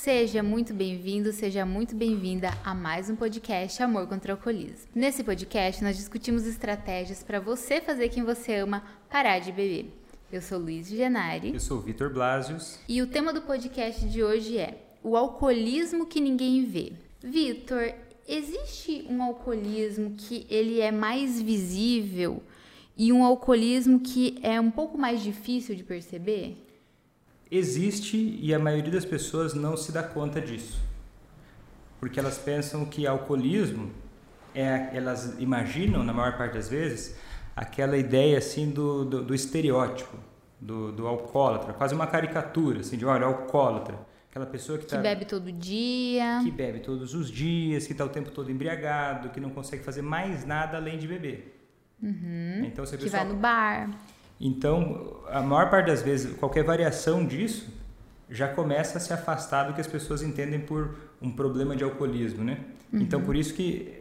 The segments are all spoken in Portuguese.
Seja muito bem-vindo, seja muito bem-vinda a mais um podcast Amor contra o Alcoolismo. Nesse podcast, nós discutimos estratégias para você fazer quem você ama parar de beber. Eu sou Luiz Genari. Eu sou o Vitor Blasius. E o tema do podcast de hoje é o alcoolismo que ninguém vê. Vitor, existe um alcoolismo que ele é mais visível e um alcoolismo que é um pouco mais difícil de perceber? Existe, e a maioria das pessoas não se dá conta disso. Porque elas pensam que alcoolismo, elas imaginam, na maior parte das vezes, aquela ideia assim do estereótipo, do alcoólatra, quase uma caricatura, assim, de olha, alcoólatra. Aquela pessoa que bebe todo dia. Que bebe todos os dias, que está o tempo todo embriagado, que não consegue fazer mais nada além de beber. Uhum. Então, que vai no bar. Então, a maior parte das vezes, qualquer variação disso já começa a se afastar do que as pessoas entendem por um problema de alcoolismo, né? Uhum. Então, por isso que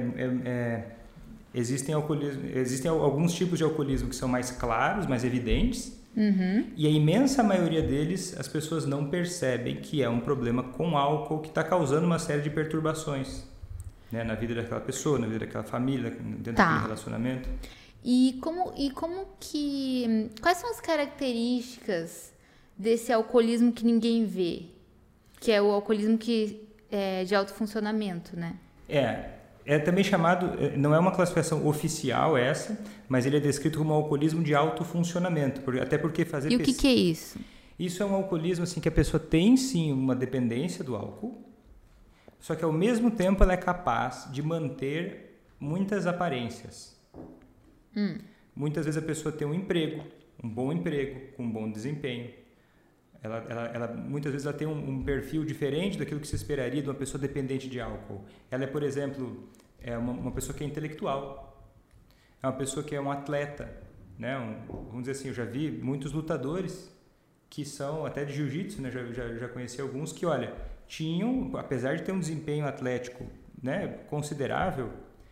existem alguns tipos de alcoolismo que são mais claros, mais evidentes, uhum. E a imensa maioria deles, as pessoas não percebem que é um problema com álcool que está causando uma série de perturbações, né, na vida daquela pessoa, na vida daquela família, dentro daquele relacionamento. Quais são as características desse alcoolismo que ninguém vê? Que é o alcoolismo de alto funcionamento, né? É também chamado, não é uma classificação oficial essa, mas ele é descrito como um alcoolismo de alto funcionamento, até porque fazer... E o que é isso? Isso é um alcoolismo assim, que a pessoa tem sim uma dependência do álcool, só que ao mesmo tempo ela é capaz de manter muitas aparências. Muitas vezes a pessoa tem um emprego, um bom emprego, com um bom desempenho. Muitas vezes ela tem um perfil diferente daquilo que se esperaria de uma pessoa dependente de álcool. Ela é, por exemplo, uma pessoa que é intelectual, é uma pessoa que é um atleta, né? Vamos dizer assim, eu já vi muitos lutadores que são até de jiu-jitsu, né? Já conheci alguns que, olha, apesar de ter um desempenho atlético, né, considerável,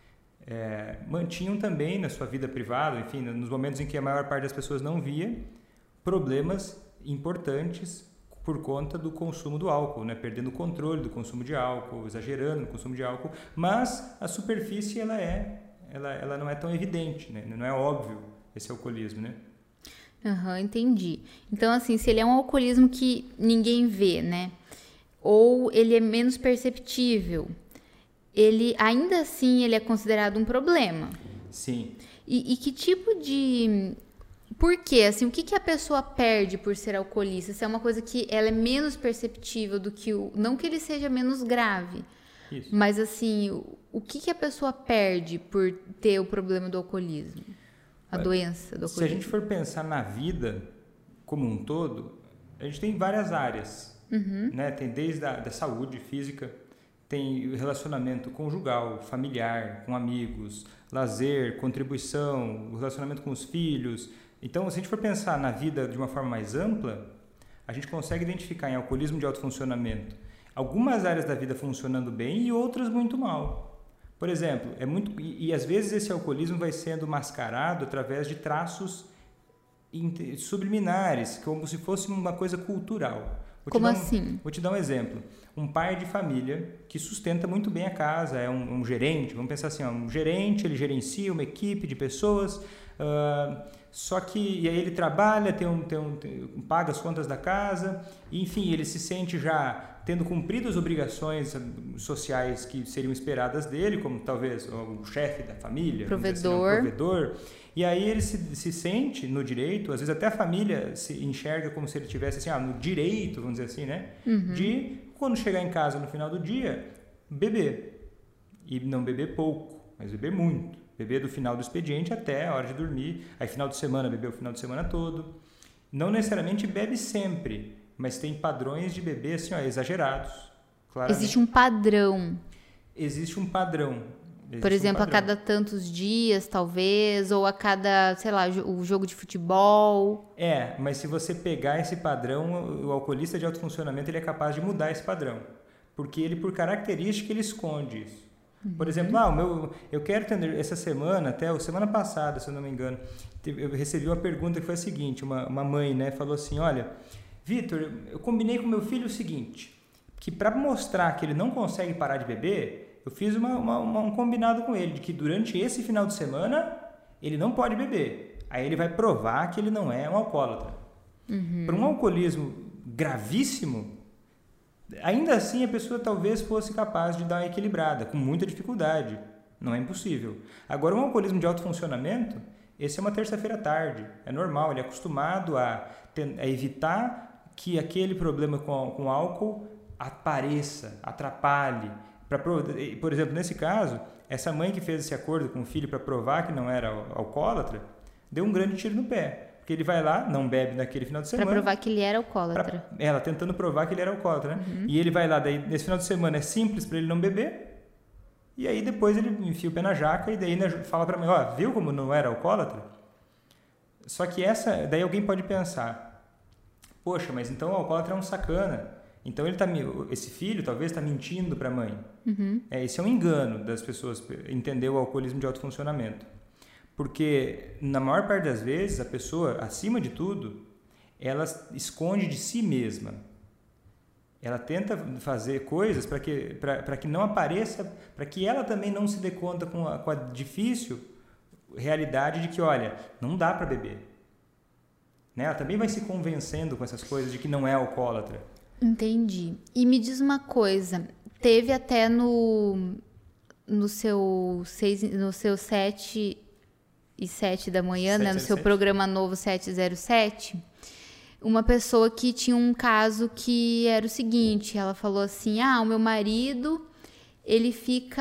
mantinham também na sua vida privada, enfim, nos momentos em que a maior parte das pessoas não via, problemas importantes por conta do consumo do álcool, né? Perdendo o controle do consumo de álcool, exagerando no consumo de álcool, mas a superfície ela não é tão evidente, né? Não é óbvio esse alcoolismo, né? Entendi. Então, assim, se ele é um alcoolismo que ninguém vê, né? Ou ele é menos perceptível, ele ainda assim ele é considerado um problema. Sim. E que tipo de... Por quê? Assim, o que a pessoa perde por ser alcoolista? Se é uma coisa que ela é menos perceptível do que não que ele seja menos grave. Isso. Mas assim, o que a pessoa perde por ter o problema do alcoolismo? A doença do alcoolismo? Se a gente for pensar na vida como um todo, a gente tem várias áreas. Uhum. Né? Tem desde a da saúde física, tem o relacionamento conjugal, familiar, com amigos, lazer, contribuição, o relacionamento com os filhos. Então, se a gente for pensar na vida de uma forma mais ampla, a gente consegue identificar em alcoolismo de alto funcionamento algumas áreas da vida funcionando bem e outras muito mal. Por exemplo, e às vezes esse alcoolismo vai sendo mascarado através de traços subliminares, como se fosse uma coisa cultural. Como assim? Vou te dar um exemplo. Um pai de família que sustenta muito bem a casa, é um gerente, vamos pensar assim, um gerente, ele gerencia uma equipe de pessoas, e aí ele trabalha, paga as contas da casa, e, enfim, ele se sente já tendo cumprido as obrigações sociais que seriam esperadas dele, como talvez o chefe da família, provedor. E aí ele se sente no direito, às vezes até a família se enxerga como se ele tivesse assim, no direito, vamos dizer assim, né? Uhum. De, quando chegar em casa no final do dia, beber. E não beber pouco, mas beber muito. Beber do final do expediente até a hora de dormir. Aí final de semana, beber o final de semana todo. Não necessariamente bebe sempre, mas tem padrões de beber assim, exagerados. Claramente. Existe um padrão. Existe um padrão. Por exemplo, a cada tantos dias, talvez, ou a cada, sei lá, o jogo de futebol. Mas se você pegar esse padrão, o alcoolista de alto funcionamento ele é capaz de mudar esse padrão. Porque ele, por característica, ele esconde isso. Uhum. Por exemplo, eu quero ter, essa semana, até semana passada, se eu não me engano, eu recebi uma pergunta que foi a seguinte, uma mãe, né, falou assim, olha, Vitor, eu combinei com meu filho o seguinte, que para mostrar que ele não consegue parar de beber, eu fiz um combinado com ele, de que durante esse final de semana ele não pode beber. Aí ele vai provar que ele não é um alcoólatra. Para um alcoolismo gravíssimo, ainda assim a pessoa talvez fosse capaz de dar uma equilibrada, com muita dificuldade. Não é impossível. Agora, um alcoolismo de alto funcionamento, esse é uma terça-feira à tarde. É normal, ele é acostumado a evitar que aquele problema com álcool apareça, atrapalhe. Por exemplo, nesse caso, essa mãe que fez esse acordo com o filho para provar que não era alcoólatra, deu um grande tiro no pé. Porque ele vai lá, não bebe naquele final de semana. Para provar que ele era alcoólatra. Ela tentando provar que ele era alcoólatra, né? E ele vai lá, daí nesse final de semana é simples para ele não beber. E aí depois ele enfia o pé na jaca e daí fala para mim, ó, viu como não era alcoólatra? Só que daí alguém pode pensar, poxa, mas então o alcoólatra é um sacana. Então esse filho talvez está mentindo para a mãe. Esse é um engano das pessoas entender o alcoolismo de alto funcionamento. Porque, na maior parte das vezes, a pessoa, acima de tudo, ela esconde de si mesma. Ela tenta fazer coisas para que não apareça, para que ela também não se dê conta com a difícil realidade de que, olha, não dá para beber. Né? Ela também vai se convencendo com essas coisas de que não é alcoólatra. Entendi. E me diz uma coisa, teve até no seu 7 e 7 da manhã, né, no seu programa novo 707, uma pessoa que tinha um caso que era o seguinte, ela falou assim, o meu marido, ele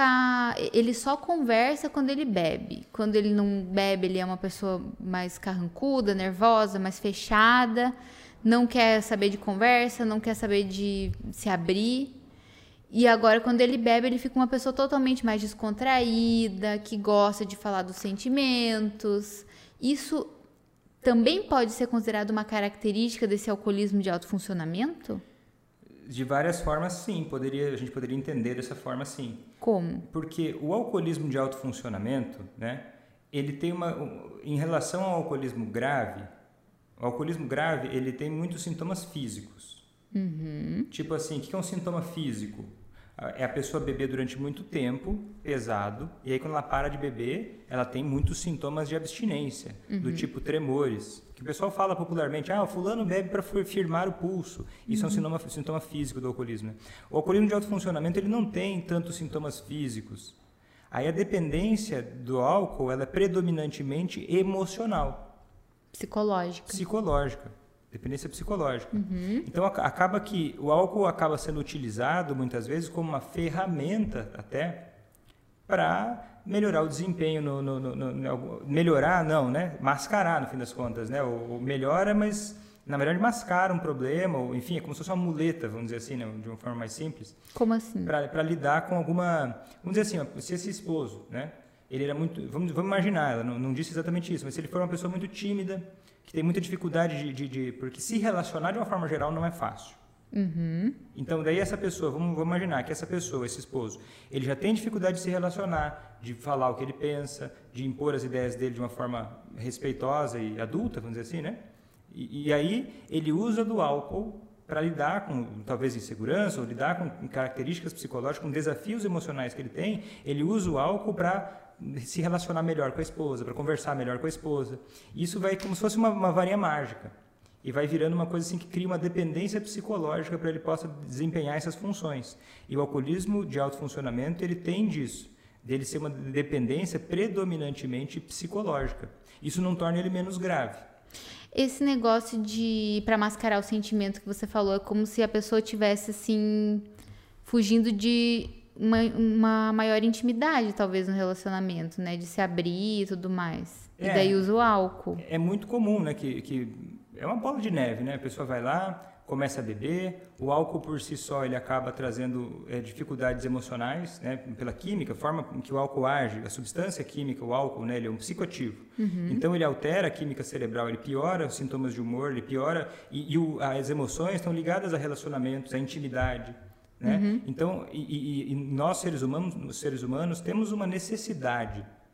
só conversa quando ele bebe. Quando ele não bebe, ele é uma pessoa mais carrancuda, nervosa, mais fechada, não quer saber de conversa, não quer saber de se abrir. E agora, quando ele bebe, ele fica uma pessoa totalmente mais descontraída, que gosta de falar dos sentimentos. Isso também pode ser considerado uma característica desse alcoolismo de alto funcionamento? De várias formas, sim. A gente poderia entender dessa forma, sim. Como? Porque o alcoolismo de alto funcionamento, né, ele tem em relação ao alcoolismo grave, o alcoolismo grave, ele tem muitos sintomas físicos. Tipo assim, o que é um sintoma físico? É a pessoa beber durante muito tempo, pesado, e aí quando ela para de beber, ela tem muitos sintomas de abstinência, do tipo tremores, que o pessoal fala popularmente, o fulano bebe para firmar o pulso. Isso é um sintoma físico do alcoolismo. O alcoolismo de alto funcionamento, ele não tem tantos sintomas físicos. Aí a dependência do álcool, ela é predominantemente emocional. Psicológica. Dependência psicológica. Então, acaba que o álcool acaba sendo utilizado, muitas vezes, como uma ferramenta, até, para melhorar o desempenho, melhorar, não, né? Mascarar, no fim das contas, né? Ou melhora, mas, na verdade, mascara um problema, ou, enfim, é como se fosse uma muleta, vamos dizer assim, né? De uma forma mais simples. Como assim? Para lidar com alguma... Vamos dizer assim, se esse esposo, né? Ele era muito... Vamos imaginar, ela não disse exatamente isso, mas se ele for uma pessoa muito tímida, que tem muita dificuldade porque se relacionar de uma forma geral não é fácil. Então, daí essa pessoa, vamos imaginar que essa pessoa, esse esposo, ele já tem dificuldade de se relacionar, de falar o que ele pensa, de impor as ideias dele de uma forma respeitosa e adulta, vamos dizer assim, né? E aí ele usa do álcool para lidar com, talvez, insegurança, ou lidar com características psicológicas, com desafios emocionais que ele tem, ele usa o álcool para se relacionar melhor com a esposa, para conversar melhor com a esposa. Isso vai como se fosse uma varinha mágica. E vai virando uma coisa assim que cria uma dependência psicológica para ele possa desempenhar essas funções. E o alcoolismo de alto funcionamento, ele tem disso, dele ser uma dependência predominantemente psicológica. Isso não torna ele menos grave. Esse negócio para mascarar o sentimento que você falou, é como se a pessoa tivesse assim, fugindo de uma maior intimidade, talvez, no relacionamento, né? De se abrir e tudo mais. E daí usa o álcool. É muito comum, né? Que é uma bola de neve, né? A pessoa vai lá, começa a beber, o álcool por si só ele acaba trazendo dificuldades emocionais, né? Pela química, a forma em que o álcool age, a substância química, o álcool, né? Ele é um psicoativo. Então ele altera a química cerebral, ele piora os sintomas de humor, ele piora as emoções estão ligadas a relacionamentos, a intimidade. Né? Então, nós seres humanos temos uma necessidade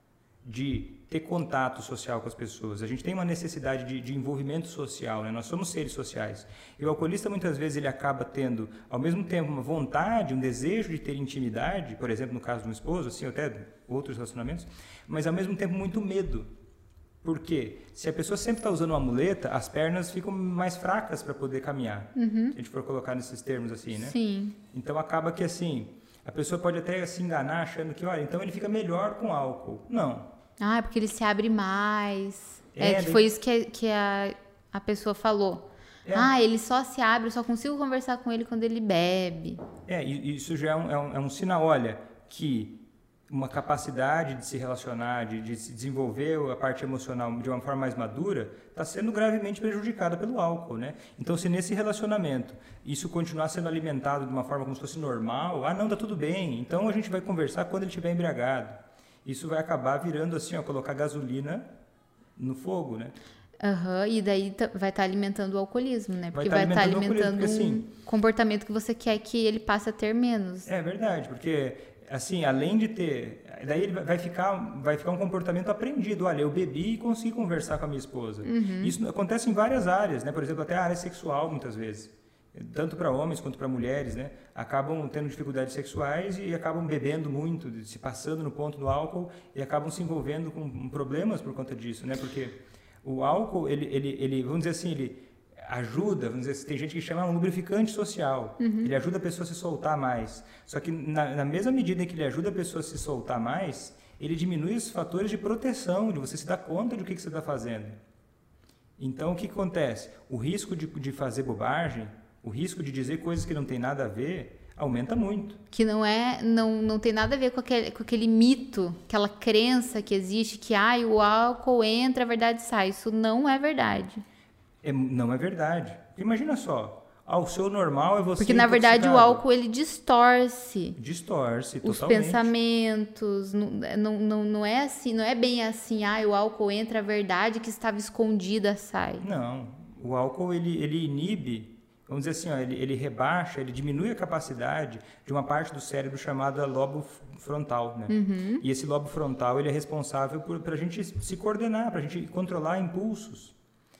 de ter contato social com as pessoas. A gente tem uma necessidade de envolvimento social, né? Nós somos seres sociais. E o alcoolista, muitas vezes, ele acaba tendo, ao mesmo tempo, uma vontade, um desejo de ter intimidade, por exemplo, no caso de um esposo, assim, até outros relacionamentos, mas, ao mesmo tempo, muito medo. Por quê? Se a pessoa sempre está usando uma muleta, as pernas ficam mais fracas para poder caminhar. Se a gente for colocar nesses termos assim, né? Sim. Então, acaba que, assim, a pessoa pode até se enganar achando que, olha, então ele fica melhor com álcool. Não. Ah, é porque ele se abre mais. Foi isso que a pessoa falou. Ele só se abre, eu só consigo conversar com ele quando ele bebe. E isso já é um sinal, olha, que uma capacidade de se relacionar, de se desenvolver a parte emocional de uma forma mais madura, está sendo gravemente prejudicada pelo álcool, né? Então, se nesse relacionamento isso continuar sendo alimentado de uma forma como se fosse normal, não, tá tudo bem, então a gente vai conversar quando ele estiver embriagado. Isso vai acabar virando assim, colocar gasolina no fogo, né? E daí vai estar alimentando o alcoolismo, né? Porque vai estar porque, alimentando assim, comportamento que você quer que ele passe a ter menos. É verdade, porque assim, além de ter... Daí ele vai ficar um comportamento aprendido. Olha, eu bebi e consegui conversar com a minha esposa. Isso acontece em várias áreas, né? Por exemplo, até a área sexual, muitas vezes. Tanto para homens quanto para mulheres, né? Acabam tendo dificuldades sexuais e acabam bebendo muito, se passando no ponto do álcool e acabam se envolvendo com problemas por conta disso, né? Porque o álcool, ele vamos dizer assim, ele ajuda, vamos dizer assim, tem gente que chama um lubrificante social. Ele ajuda a pessoa a se soltar mais. Só que na mesma medida em que ele ajuda a pessoa a se soltar mais, ele diminui os fatores de proteção, de você se dar conta do que você está fazendo. Então, o que acontece? O risco de fazer bobagem, o risco de dizer coisas que não tem nada a ver, aumenta muito. Que não tem nada a ver com aquele mito, aquela crença que existe, que o álcool entra, a verdade sai. Isso não é verdade. Não é verdade. Imagina só, o seu normal é você Porque, na verdade, o álcool, ele distorce. Distorce, os totalmente. Pensamentos. Não é assim, não é bem assim, o álcool entra, a verdade que estava escondida sai. Não, o álcool, ele inibe, vamos dizer assim, ele rebaixa, ele diminui a capacidade de uma parte do cérebro chamada lobo frontal, né? E esse lobo frontal, ele é responsável para a gente se coordenar, para a gente controlar impulsos.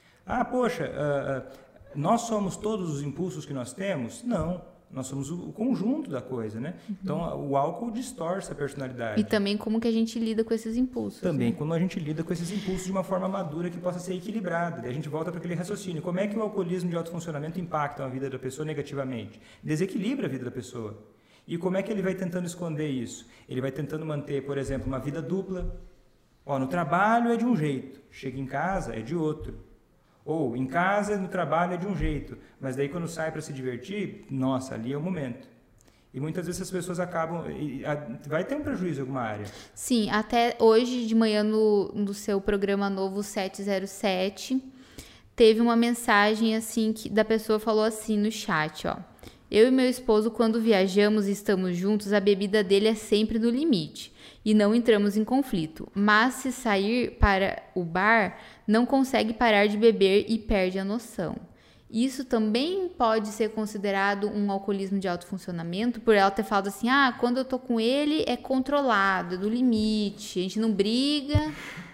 Nós somos todos os impulsos que nós temos? Não, nós somos o conjunto da coisa, né? Então, o álcool distorce a personalidade. E também como que a gente lida com esses impulsos. Também como a gente lida com esses impulsos de uma forma madura que possa ser equilibrada. Daí a gente volta para aquele raciocínio. Como é que o alcoolismo de alto funcionamento impacta a vida da pessoa negativamente? Desequilibra a vida da pessoa. E como é que ele vai tentando esconder isso? Ele vai tentando manter, por exemplo, uma vida dupla. No trabalho é de um jeito, chega em casa é de outro. Ou em casa, no trabalho é de um jeito, mas daí quando sai para se divertir, nossa, ali é o momento. E muitas vezes as pessoas acabam... Vai ter um prejuízo em alguma área. Sim, até hoje de manhã no seu programa novo 707, teve uma mensagem assim, da pessoa falou assim no chat, eu e meu esposo, quando viajamos e estamos juntos, a bebida dele é sempre no limite e não entramos em conflito. Mas se sair para o bar, não consegue parar de beber e perde a noção. Isso também pode ser considerado um alcoolismo de alto funcionamento, por ela ter falado assim, quando eu tô com ele é controlado, é do limite, a gente não briga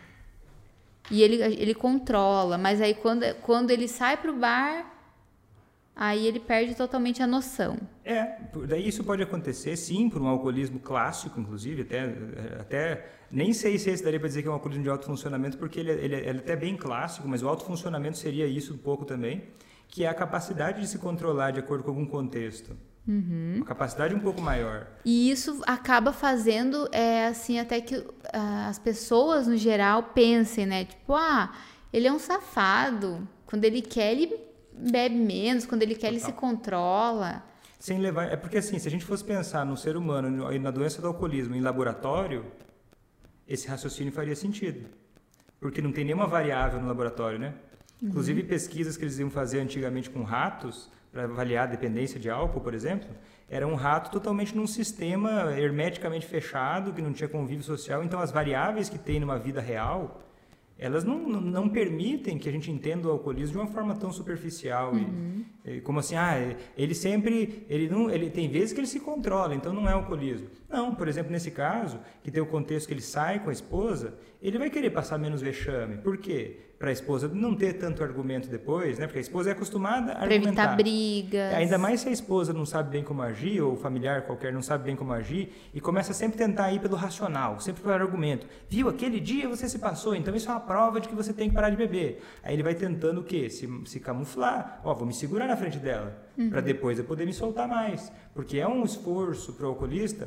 e ele controla, mas aí quando ele sai pro bar, aí ele perde totalmente a noção. Daí isso pode acontecer, sim, por um alcoolismo clássico, inclusive, até nem sei se esse daria para dizer que é um alcoolismo de alto funcionamento, porque ele é até bem clássico, mas o alto funcionamento seria isso um pouco também, que é a capacidade de se controlar de acordo com algum contexto. Uma capacidade um pouco maior. E isso acaba fazendo, assim, até que as pessoas, no geral, pensem, né? Tipo, ele é um safado. Quando ele quer, ele bebe menos. Quando ele quer, ele se controla. Sem levar... É porque, assim, se a gente fosse pensar no ser humano e na doença do alcoolismo em laboratório, esse raciocínio faria sentido. Porque não tem nenhuma variável no laboratório, né? Inclusive, pesquisas que eles iam fazer antigamente com ratos, para avaliar a dependência de álcool, por exemplo, era um rato totalmente num sistema hermeticamente fechado, que não tinha convívio social. Então, as variáveis que tem numa vida real, elas não permitem que a gente entenda o alcoolismo de uma forma tão superficial. Como assim, ele tem vezes que ele se controla, então não é alcoolismo. Não, por exemplo, nesse caso, que tem o contexto que ele sai com a esposa, ele vai querer passar menos vexame. Por quê? Para a esposa não ter tanto argumento depois, né? Porque a esposa é acostumada a argumentar. Para evitar brigas. Ainda mais se a esposa não sabe bem como agir, ou o familiar qualquer não sabe bem como agir, e começa sempre a tentar ir pelo racional, sempre pelo argumento. Viu, aquele dia você se passou, então isso é uma prova de que você tem que parar de beber. Aí ele vai tentando o quê? Se camuflar. Vou me segurar na frente dela, para depois eu poder me soltar mais. Porque é um esforço para o alcoolista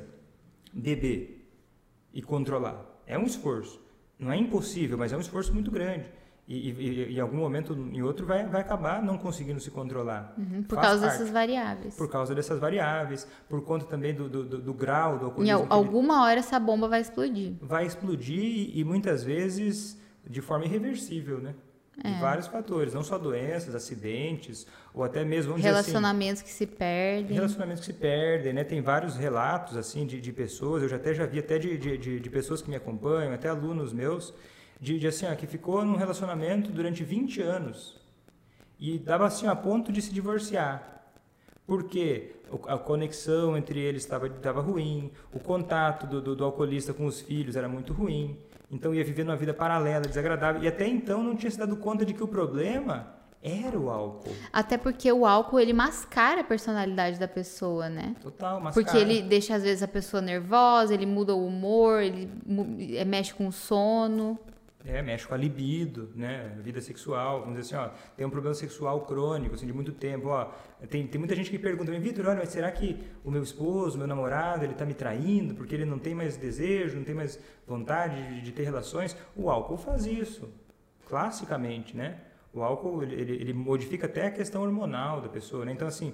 beber e controlar. É um esforço. Não é impossível, mas é um esforço muito grande. E em algum momento, em outro, vai acabar não conseguindo se controlar. Por causa dessas variáveis. Por causa dessas variáveis, por conta também do grau do alcoolismo. Em alguma hora essa bomba vai explodir. Vai explodir e muitas vezes de forma irreversível, né? De vários fatores, não só doenças, acidentes, ou até mesmo, vamos relacionamentos dizer assim, que se perdem. Relacionamentos que se perdem, né? Tem vários relatos, assim, de pessoas, eu já vi até de pessoas que me acompanham, até alunos meus, que ficou num relacionamento durante 20 anos e dava assim a ponto de se divorciar. Porque a conexão entre eles estava ruim, o contato do alcoolista com os filhos era muito ruim, então ia vivendo uma vida paralela, desagradável, e até então não tinha se dado conta de que o problema era o álcool. Até porque o álcool, ele mascara a personalidade da pessoa, né? Total, mascara. Porque ele deixa, às vezes, a pessoa nervosa, ele muda o humor, ele mexe com o sono. Mexe com a libido, né? A vida sexual, vamos dizer assim, tem um problema sexual crônico, assim, de muito tempo, tem muita gente que pergunta, Vitor, olha, mas será que o meu esposo, meu namorado, ele está me traindo porque ele não tem mais desejo, não tem mais vontade de ter relações? O álcool faz isso, classicamente, né? O álcool, ele modifica até a questão hormonal da pessoa, né? Então, assim,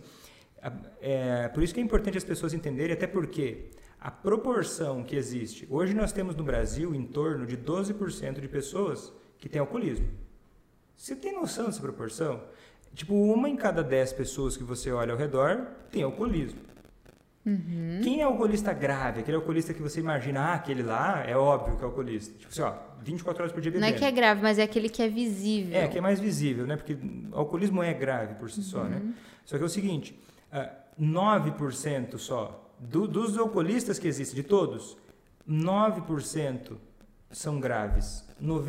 por isso que é importante as pessoas entenderem, até porque a proporção que existe, hoje nós temos no Brasil em torno de 12% de pessoas que têm alcoolismo. Você tem noção dessa proporção? Tipo, 1 em cada 10 pessoas que você olha ao redor tem alcoolismo. Quem é alcoolista grave? Aquele alcoolista que você imagina, aquele lá é óbvio que é alcoolista. Tipo assim, 24 horas por dia bebendo. Não é que é grave, mas é aquele que é visível. Que é mais visível, né? Porque o alcoolismo é grave por si só, né? Só que é o seguinte, 9% só dos alcoolistas que existem, de todos, 9% são graves.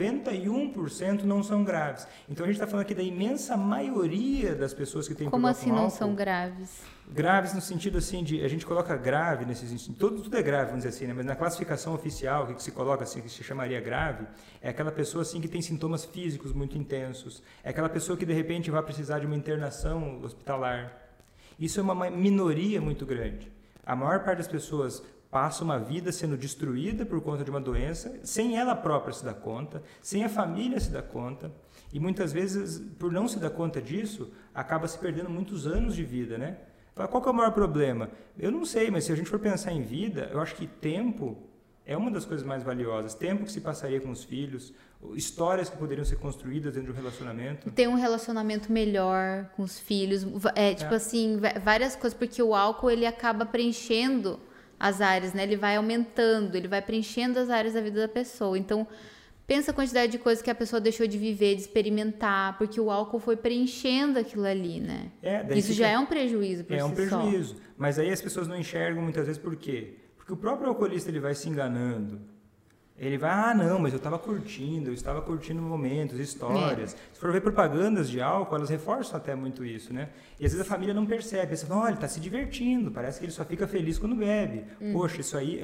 91% não são graves. Então a gente está falando aqui da imensa maioria das pessoas que têm problema com álcool. Como assim não são graves? Graves no sentido assim de, a gente coloca grave nesse sentido, tudo é grave, vamos dizer assim, né? Mas na classificação oficial, o que se coloca assim, que se chamaria grave, é aquela pessoa assim que tem sintomas físicos muito intensos, é aquela pessoa que de repente vai precisar de uma internação hospitalar. Isso é uma minoria muito grande. A maior parte das pessoas passa uma vida sendo destruída por conta de uma doença, sem ela própria se dar conta, sem a família se dar conta, e muitas vezes, por não se dar conta disso, acaba se perdendo muitos anos de vida, né? Qual que é o maior problema? Eu não sei, mas se a gente for pensar em vida, eu acho que tempo é uma das coisas mais valiosas. Tempo que se passaria com os filhos, histórias que poderiam ser construídas dentro de um relacionamento. Ter um relacionamento melhor com os filhos, assim, várias coisas, porque o álcool, ele acaba preenchendo as áreas, né? Ele vai aumentando, ele vai preenchendo as áreas da vida da pessoa. Então, pensa a quantidade de coisas que a pessoa deixou de viver, de experimentar, porque o álcool foi preenchendo aquilo ali, né? Isso já é um prejuízo por si só. É um prejuízo, mas aí as pessoas não enxergam muitas vezes por quê? Porque o próprio alcoolista, ele vai se enganando. Ele vai, não, mas eu estava curtindo momentos, histórias. Se for ver propagandas de álcool, elas reforçam até muito isso, né? E às vezes a família não percebe, pensa, olha, ele está se divertindo, parece que ele só fica feliz quando bebe. Poxa, isso aí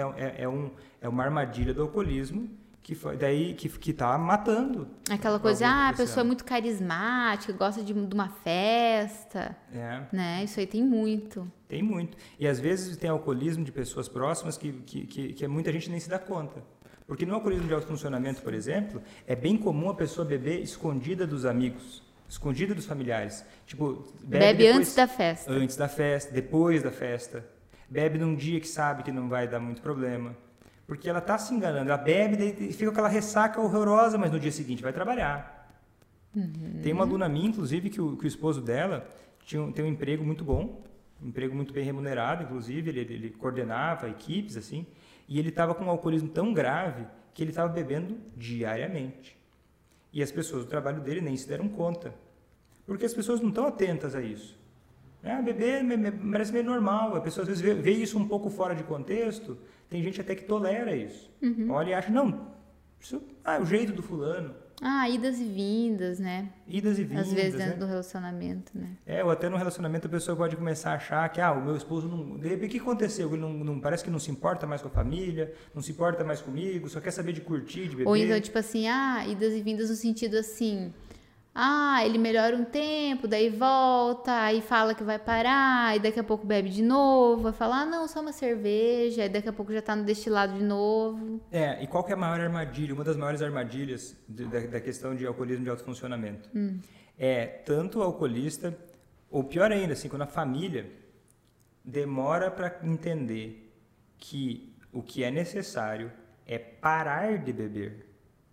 é uma armadilha do alcoolismo que está matando. Aquela coisa, a pessoa é muito carismática, gosta de uma festa, né? Isso aí tem muito. Tem muito. E às vezes tem alcoolismo de pessoas próximas que muita gente nem se dá conta. Porque no alcoolismo de alto funcionamento, por exemplo, é bem comum a pessoa beber escondida dos amigos, escondida dos familiares. Tipo, bebe antes da festa. Antes da festa, depois da festa. Bebe num dia que sabe que não vai dar muito problema. Porque ela está se enganando. Ela bebe e fica com aquela ressaca horrorosa, mas no dia seguinte vai trabalhar. Tem uma aluna minha, inclusive, que o esposo dela tem um emprego muito bom, um emprego muito bem remunerado, inclusive. Ele coordenava equipes, assim. E ele estava com um alcoolismo tão grave que ele estava bebendo diariamente. E as pessoas do trabalho dele nem se deram conta. Porque as pessoas não estão atentas a isso. Beber parece meio normal. A pessoa às vezes vê isso um pouco fora de contexto. Tem gente até que tolera isso. Olha e acha, não, isso é o jeito do fulano. Idas e vindas, né? Idas e vindas, às vezes dentro do relacionamento, né? Ou até no relacionamento a pessoa pode começar a achar que, o meu esposo não... De repente, o que aconteceu? Ele não parece que não se importa mais com a família, não se importa mais comigo, só quer saber de curtir, de beber. Ou então, tipo assim, idas e vindas no sentido assim... ele melhora um tempo, daí volta, aí fala que vai parar, e daqui a pouco bebe de novo, vai falar, não, só uma cerveja, e daqui a pouco já tá no destilado de novo. E qual que é a maior armadilha, uma das maiores armadilhas da questão de alcoolismo de alto funcionamento? Tanto o alcoolista, ou pior ainda, assim, quando a família demora para entender que o que é necessário é parar de beber.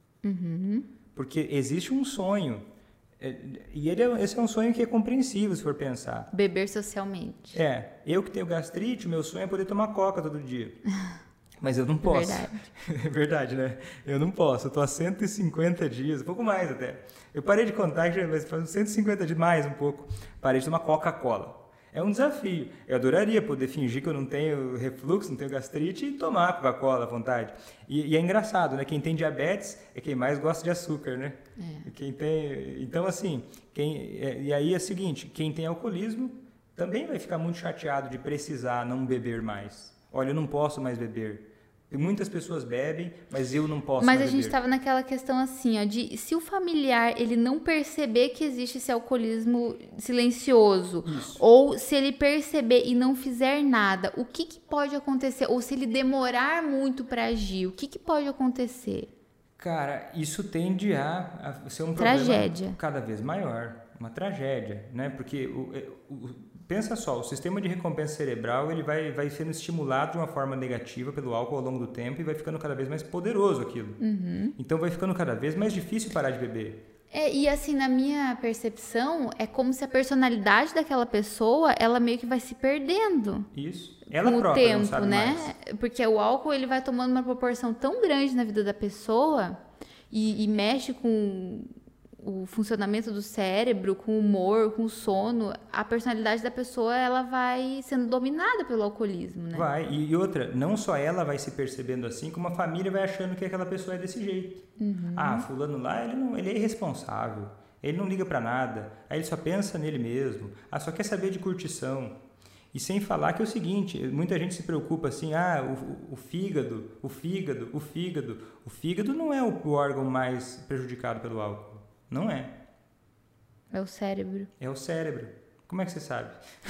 Porque existe um sonho. E esse é um sonho que é compreensível, se for pensar. Beber socialmente. Eu que tenho gastrite, meu sonho é poder tomar coca todo dia. Mas eu não posso. É verdade, né? Eu não posso. Eu tô há 150 dias, um pouco mais até. Eu parei de contar, mas faz 150 dias, mais um pouco. Parei de tomar Coca-Cola. É um desafio. Eu adoraria poder fingir que eu não tenho refluxo, não tenho gastrite e tomar Coca-Cola à vontade. E é engraçado, né? Quem tem diabetes é quem mais gosta de açúcar, né? Então, assim, e aí é o seguinte, quem tem alcoolismo também vai ficar muito chateado de precisar não beber mais. Olha, eu não posso mais beber. Muitas pessoas bebem, mas eu não posso mais beber. Mas a gente estava naquela questão assim, de se o familiar ele não perceber que existe esse alcoolismo silencioso, ou se ele perceber e não fizer nada, o que pode acontecer? Ou se ele demorar muito para agir, o que pode acontecer? Cara, isso tende a ser um tragédia. Problema cada vez maior, uma tragédia, né? Porque pensa só, o sistema de recompensa cerebral ele vai sendo estimulado de uma forma negativa pelo álcool ao longo do tempo e vai ficando cada vez mais poderoso aquilo. Então vai ficando cada vez mais difícil parar de beber. E assim, na minha percepção, é como se a personalidade daquela pessoa, ela meio que vai se perdendo. Isso. Ela com o própria tempo, não sabe né? mais. Porque o álcool ele vai tomando uma proporção tão grande na vida da pessoa e mexe com o funcionamento do cérebro, com o humor, com o sono. A personalidade da pessoa ela vai sendo dominada pelo alcoolismo, né? Vai. E outra, não só ela vai se percebendo assim, como a família vai achando que aquela pessoa é desse jeito. Fulano lá, ele é irresponsável. Ele não liga pra nada. Aí ele só pensa nele mesmo. só quer saber de curtição. E sem falar que é o seguinte, muita gente se preocupa assim, o fígado. O fígado não é o órgão mais prejudicado pelo álcool. Não é. É o cérebro. É o cérebro. Como é que você sabe?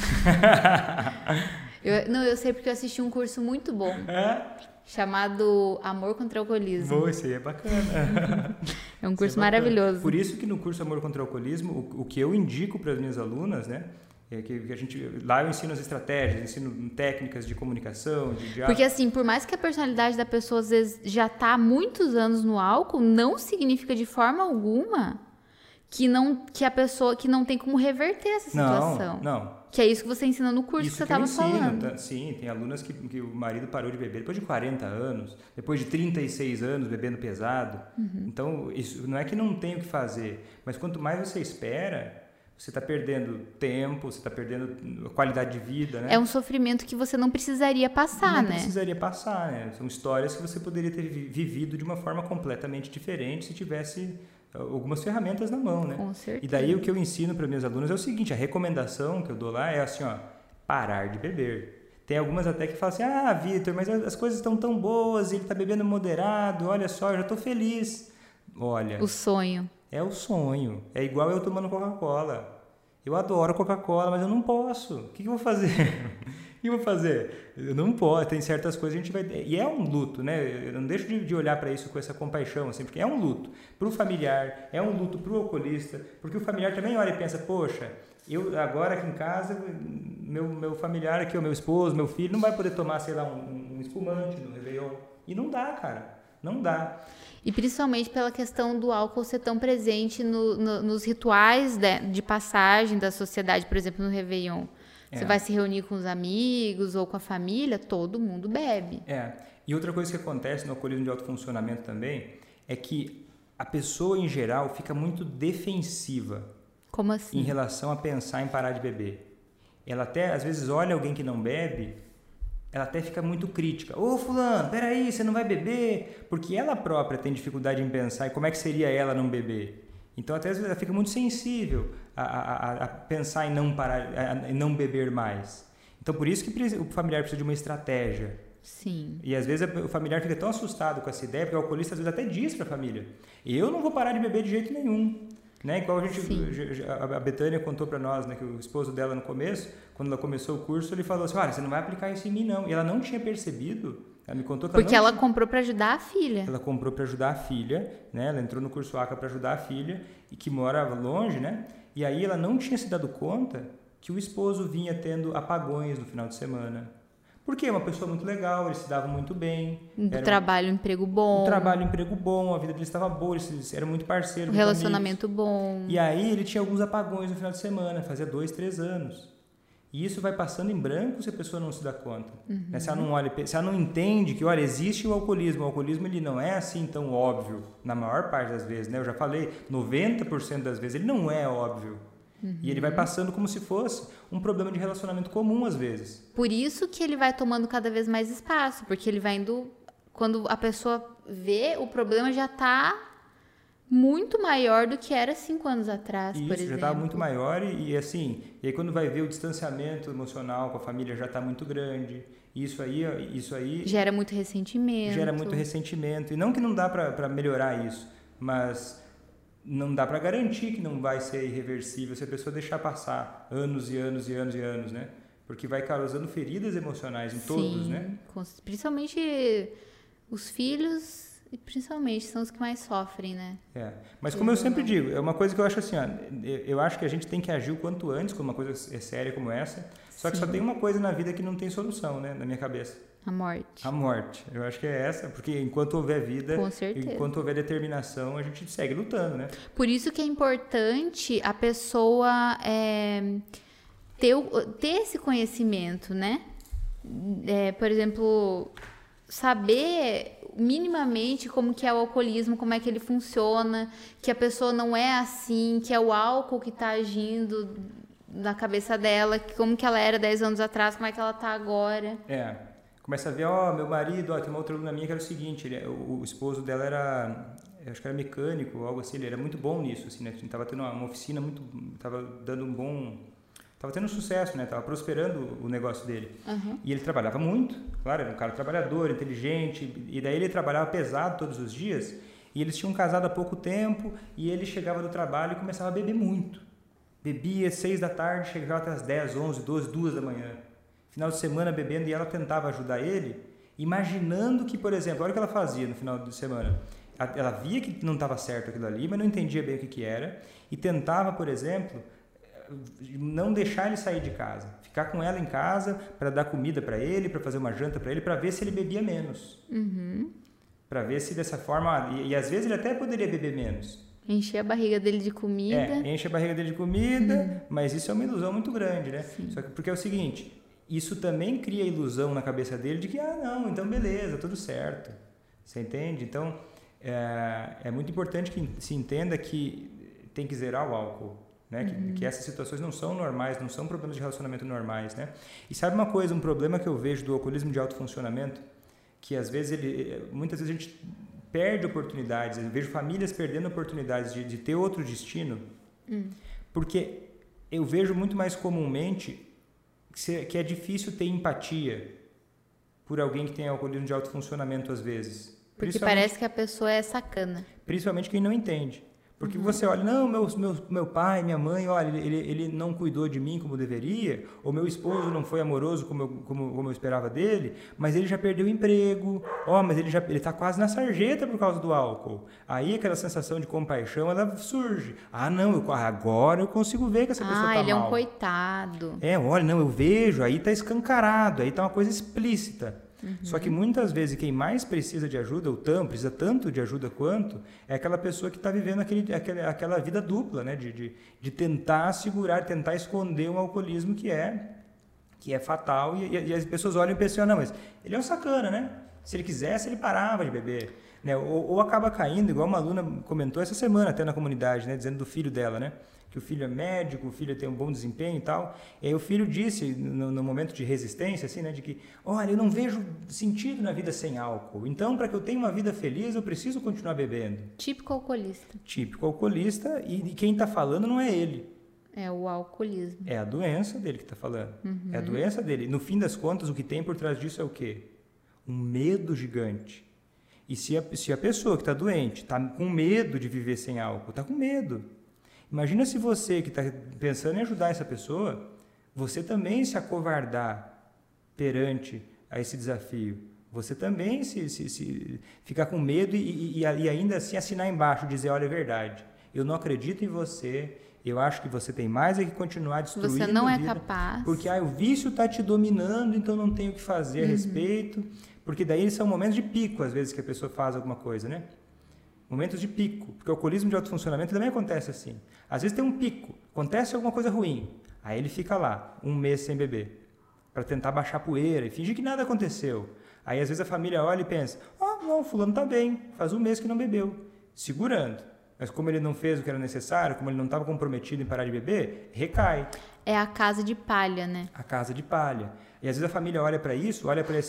Eu sei porque eu assisti um curso muito bom. Chamado Amor contra o Alcoolismo. Boa, esse aí é bacana. É um curso maravilhoso. Por isso que no curso Amor contra o Alcoolismo, o que eu indico para as minhas alunas, né? Lá eu ensino as estratégias, ensino técnicas de comunicação, de diálogo. Porque assim, por mais que a personalidade da pessoa às vezes já está há muitos anos no álcool, não significa de forma alguma que a pessoa que não tem como reverter essa situação. Não. Que é isso que você ensina no curso que você estava falando. Sim, tem alunas que o marido parou de beber depois de 40 anos, depois de 36 anos bebendo pesado. Então, isso não é que não tem o que fazer, mas quanto mais você espera, você está perdendo tempo, você está perdendo qualidade de vida, né? É um sofrimento que você não precisaria passar, né? Não precisaria passar, né? São histórias que você poderia ter vivido de uma forma completamente diferente se tivesse algumas ferramentas na mão, né? Com certeza. E daí o que eu ensino para minhas alunas é o seguinte, a recomendação que eu dou lá é assim, parar de beber. Tem algumas até que falam assim, Vitor, mas as coisas estão tão boas, ele está bebendo moderado, olha só, eu já estou feliz. Olha... O sonho. É o sonho. É igual eu tomando Coca-Cola. Eu adoro Coca-Cola, mas eu não posso. O que eu vou fazer? Eu não posso. Tem certas coisas que a gente vai... E é um luto, né? Eu não deixo de olhar para isso com essa compaixão, assim, porque é um luto para o familiar, é um luto para o alcoolista, porque o familiar também olha e pensa, poxa, eu agora aqui em casa, meu familiar aqui, o meu esposo, meu filho, não vai poder tomar, sei lá, um espumante no Réveillon. E não dá, cara. Não dá. E principalmente pela questão do álcool ser tão presente nos rituais de passagem da sociedade, por exemplo, no Réveillon. Você vai se reunir com os amigos ou com a família, todo mundo bebe. E outra coisa que acontece no alcoolismo de alto funcionamento também é que a pessoa, em geral, fica muito defensiva. Como assim? Em relação a pensar em parar de beber. Ela até, às vezes, olha alguém que não bebe, ela até fica muito crítica. Ô, fulano, peraí, você não vai beber? Porque ela própria tem dificuldade em pensar em como é que seria ela não beber. Então, até às vezes, ela fica muito sensível a pensar em não parar, em não beber mais. Então, por isso que o familiar precisa de uma estratégia. Sim. E às vezes o familiar fica tão assustado com essa ideia, porque o alcoolista às vezes até diz para a família: eu não vou parar de beber de jeito nenhum. Né? Igual a Betânia contou para nós, né, que o esposo dela no começo, quando ela começou o curso, ele falou assim: olha, você não vai aplicar isso em mim não. E ela não tinha percebido. Ela me contou que porque ela comprou para ajudar a filha. Ela comprou para ajudar a filha, né? Ela entrou no curso ACA para ajudar a filha, e que morava longe, né? E aí ela não tinha se dado conta que o esposo vinha tendo apagões no final de semana. Porque é uma pessoa muito legal, eles se davam muito bem. Trabalho, emprego bom. Emprego bom, a vida deles estava boa, eles eram muito parceiros. Relacionamento bom. E aí ele tinha alguns apagões no final de semana, fazia 2, 3 anos. E isso vai passando em branco se a pessoa não se dá conta. Uhum. Né? Se ela não entende que, olha, existe o alcoolismo ele não é assim tão óbvio, na maior parte das vezes. Né? Eu já falei, 90% das vezes ele não é óbvio. Uhum. E ele vai passando como se fosse um problema de relacionamento comum, às vezes. Por isso que ele vai tomando cada vez mais espaço, porque ele vai indo... Quando a pessoa vê, o problema já está muito maior do que era 5 anos atrás, isso, por exemplo. Já estava muito maior e assim... E aí quando vai ver o distanciamento emocional com a família já está muito grande. Isso aí... Gera muito ressentimento. E não que não dá para melhorar isso, mas... Não dá para garantir que não vai ser irreversível se a pessoa deixar passar anos e anos e anos e anos, né? Porque vai causando feridas emocionais em todos, né? Principalmente os filhos, e principalmente são os que mais sofrem, né? Mas como eu sempre digo, é uma coisa que eu acho assim, ó, eu acho que a gente tem que agir o quanto antes com uma coisa séria como essa, só que só tem uma coisa na vida que não tem solução, né? Na minha cabeça. A morte. A morte. Eu acho que é essa, porque enquanto houver vida, enquanto houver determinação, a gente segue lutando, né? Por isso que é importante a pessoa ter esse conhecimento, né? Por exemplo, saber minimamente como que é o alcoolismo, como é que ele funciona, que a pessoa não é assim, que é o álcool que está agindo na cabeça dela, como que ela era 10 anos atrás, como é que ela está agora. Começa a ver, meu marido, tem uma outra aluna minha que era o seguinte, o esposo dela era, eu acho que era mecânico, algo assim, ele era muito bom nisso, assim, né? Tava tendo uma oficina tava tendo sucesso, né? Tava prosperando o negócio dele. Uhum. E ele trabalhava muito, claro, era um cara trabalhador, inteligente, e daí ele trabalhava pesado todos os dias, e eles tinham casado há pouco tempo, e ele chegava do trabalho e começava a beber muito. Bebia 6 da tarde, chegava até as 10, 11, 12, 2 da manhã. Final de semana bebendo, e ela tentava ajudar ele, imaginando que, por exemplo, olha o que ela fazia no final de semana. Ela via que não estava certo aquilo ali, mas não entendia bem o que era, e tentava, por exemplo, não deixar ele sair de casa. Ficar com ela em casa para dar comida para ele, para fazer uma janta para ele, para ver se ele bebia menos. Uhum. Para ver se dessa forma... E às vezes ele até poderia beber menos. Encher a barriga dele de comida. Enche a barriga dele de comida, mas isso é uma ilusão muito grande, né? Sim. Só que porque é o seguinte... Isso também cria ilusão na cabeça dele de que, não, então beleza, tudo certo. Você entende? Então, é muito importante que se entenda que tem que zerar o álcool, né? Que essas situações não são normais, não são problemas de relacionamento normais, né? E sabe uma coisa, um problema que eu vejo do alcoolismo de alto funcionamento, que às vezes muitas vezes a gente perde oportunidades, eu vejo famílias perdendo oportunidades de ter outro destino, porque eu vejo muito mais comumente que é difícil ter empatia por alguém que tem alcoolismo de alto funcionamento às vezes. Porque parece que a pessoa é sacana. Principalmente quem não entende. Porque você olha, não, meu pai, minha mãe, olha, ele não cuidou de mim como deveria, ou meu esposo não foi amoroso como eu esperava dele, mas ele já perdeu o emprego, mas ele está quase na sarjeta por causa do álcool. Aí aquela sensação de compaixão, ela surge. Agora eu consigo ver que essa pessoa está mal. Ele é um coitado. Eu vejo, aí está escancarado, aí está uma coisa explícita. Só que muitas vezes quem mais precisa de ajuda, precisa tanto de ajuda quanto, é aquela pessoa que está vivendo aquela vida dupla, né? De tentar segurar, tentar esconder um alcoolismo que é fatal, e as pessoas olham e pensam, não, mas ele é um sacana, né? Se ele quisesse, ele parava de beber. Né? Ou acaba caindo, igual uma aluna comentou essa semana até na comunidade, né? Dizendo do filho dela, né? Que o filho é médico, o filho tem um bom desempenho e tal. E aí o filho disse, no momento de resistência, assim, né? De que, olha, eu não vejo sentido na vida sem álcool. Então, para que eu tenha uma vida feliz, eu preciso continuar bebendo. Típico alcoolista. Típico alcoolista, e quem está falando não é ele. É o alcoolismo. É a doença dele que está falando. É a doença dele. No fim das contas, o que tem por trás disso é o quê? Um medo gigante. E se a pessoa que está doente está com medo de viver sem álcool, está com medo. Imagina se você que está pensando em ajudar essa pessoa, você também se acovardar perante a esse desafio. Você também se ficar com medo e ainda assim assinar embaixo, dizer, olha, é verdade, eu não acredito em você, eu acho que você tem mais é que continuar destruindo Você não a é vida, capaz. porque o vício está te dominando, então não tenho o que fazer a respeito. Porque daí são momentos de pico, às vezes, que a pessoa faz alguma coisa, né? Momentos de pico. Porque o alcoolismo de alto funcionamento também acontece assim. Às vezes tem um pico, acontece alguma coisa ruim. Aí ele fica lá, 1 mês sem beber, para tentar baixar a poeira e fingir que nada aconteceu. Aí às vezes a família olha e pensa, não, fulano tá bem, faz 1 mês que não bebeu. Segurando. Mas como ele não fez o que era necessário, como ele não estava comprometido em parar de beber, recai. É a casa de palha, né? A casa de palha. E às vezes a família olha para isso, olha para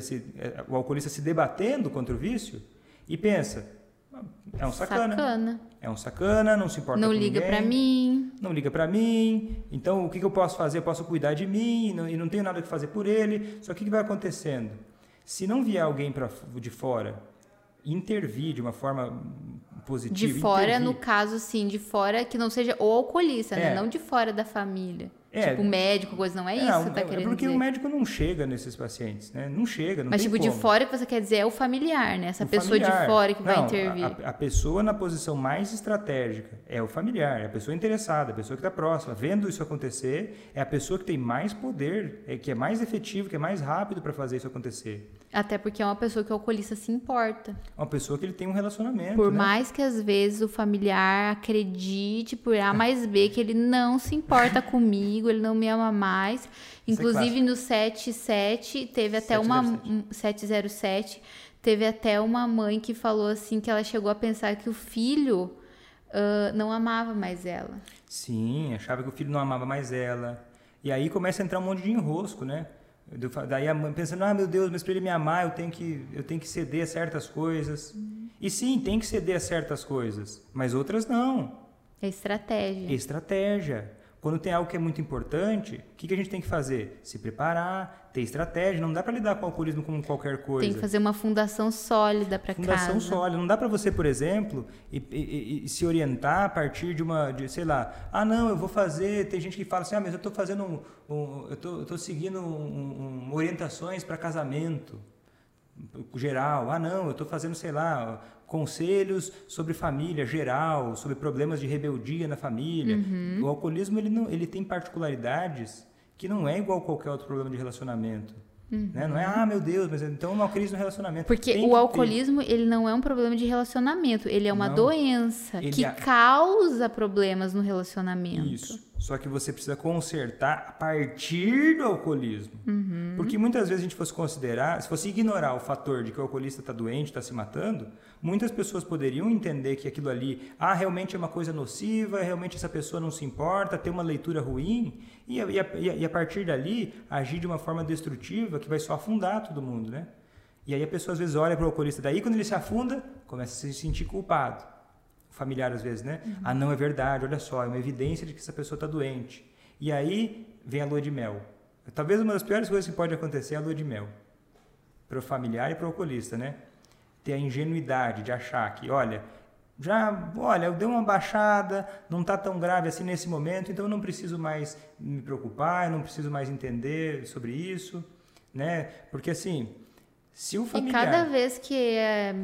o alcoolista se debatendo contra o vício e pensa, é um sacana. É um sacana, não se importa com ninguém. Não liga para mim. Não liga para mim. Então, o que eu posso fazer? Eu posso cuidar de mim e não tenho nada que fazer por ele. Só que o que vai acontecendo? Se não vier alguém de fora intervir de uma forma positiva... De fora, no caso, sim, de fora que não seja o alcoolista, né? Não de fora da família. Tipo, médico, coisa, não é isso que tá querendo dizer. É porque o médico não chega nesses pacientes, né? Não chega, não tem como. Mas, tipo, de fora que você quer dizer é o familiar, né? Essa pessoa de fora que vai intervir. A pessoa na posição mais estratégica é o familiar, é a pessoa interessada, a pessoa que está próxima. Vendo isso acontecer, é a pessoa que tem mais poder, que é mais efetivo, que é mais rápido para fazer isso acontecer. Até porque é uma pessoa que o alcoolista se importa. É uma pessoa que ele tem um relacionamento, Por mais que, às vezes, o familiar acredite, por A mais B, que ele não se importa comigo, ele não me ama mais. Inclusive, no 77, teve até 707, teve até uma mãe que falou assim, que ela chegou a pensar que o filho não amava mais ela. Sim, achava que o filho não amava mais ela. E aí começa a entrar um monte de enrosco, né? Daí a mãe pensando, meu Deus, mas para ele me amar eu tenho que ceder a certas coisas. E sim, tem que ceder a certas coisas, mas outras não. É estratégia. É estratégia. Quando tem algo que é muito importante, o que a gente tem que fazer? Se preparar, ter estratégia. Não dá para lidar com o alcoolismo como qualquer coisa. Tem que fazer uma fundação sólida para casa. Fundação sólida. Não dá para você, por exemplo, e se orientar a partir sei lá, não, eu vou fazer... Tem gente que fala assim, mas eu estou fazendo eu estou seguindo orientações para casamento geral. Não, eu estou fazendo, sei lá... conselhos sobre família geral, sobre problemas de rebeldia na família. O alcoolismo ele tem particularidades que não é igual a qualquer outro problema de relacionamento. Né? Não é, meu Deus, mas então uma crise no relacionamento. Porque o alcoolismo ele não é um problema de relacionamento, ele é uma doença que causa problemas no relacionamento. Isso. Só que você precisa consertar a partir do alcoolismo. Porque muitas vezes a gente fosse considerar, se fosse ignorar o fator de que o alcoolista está doente, está se matando, muitas pessoas poderiam entender que aquilo ali, realmente é uma coisa nociva, realmente essa pessoa não se importa, ter uma leitura ruim, e a partir dali agir de uma forma destrutiva que vai só afundar todo mundo, né? E aí a pessoa às vezes olha para o alcoolista, daí quando ele se afunda, começa a se sentir culpado. Familiar às vezes, né? Não é verdade, olha só, é uma evidência de que essa pessoa está doente. E aí vem a lua de mel. Talvez uma das piores coisas que pode acontecer é a lua de mel. Para o familiar e para o alcoolista, né? Ter a ingenuidade de achar que, olha, eu dei uma baixada, não está tão grave assim nesse momento, então eu não preciso mais me preocupar, eu não preciso mais entender sobre isso, né? Porque assim, se o familiar... E cada vez que